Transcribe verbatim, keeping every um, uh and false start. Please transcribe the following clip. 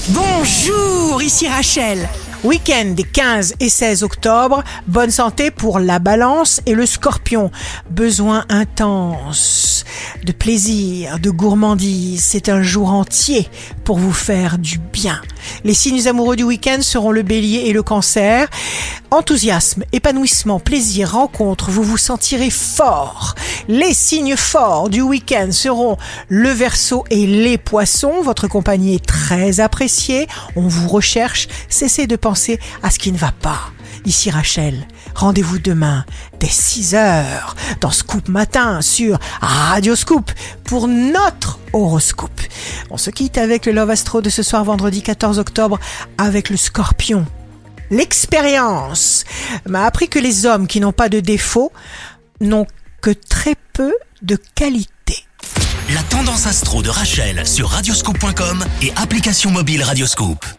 Bonjour, ici Rachel. Week-end des quinze et seize octobre, bonne santé pour la Balance et le Scorpion. Besoin intense de plaisir, de gourmandise. C'est un jour entier pour vous faire du bien. Les signes amoureux du week-end seront le Bélier et le Cancer. Enthousiasme, épanouissement, plaisir, rencontre, vous vous sentirez fort. Les signes forts du week-end seront le Verseau et les Poissons. Votre compagnie est très appréciée. On vous recherche. Cessez de penser à ce qui ne va pas. Ici Rachel, rendez-vous demain dès six heures dans Scoop Matin sur Radio Scoop pour notre horoscope. On se quitte avec le Love Astro de ce soir vendredi quatorze octobre avec le Scorpion. L'expérience m'a appris que les hommes qui n'ont pas de défaut n'ont que très peu de qualité. La tendance astro de Rachel sur radioscoop point com et application mobile Radioscoop.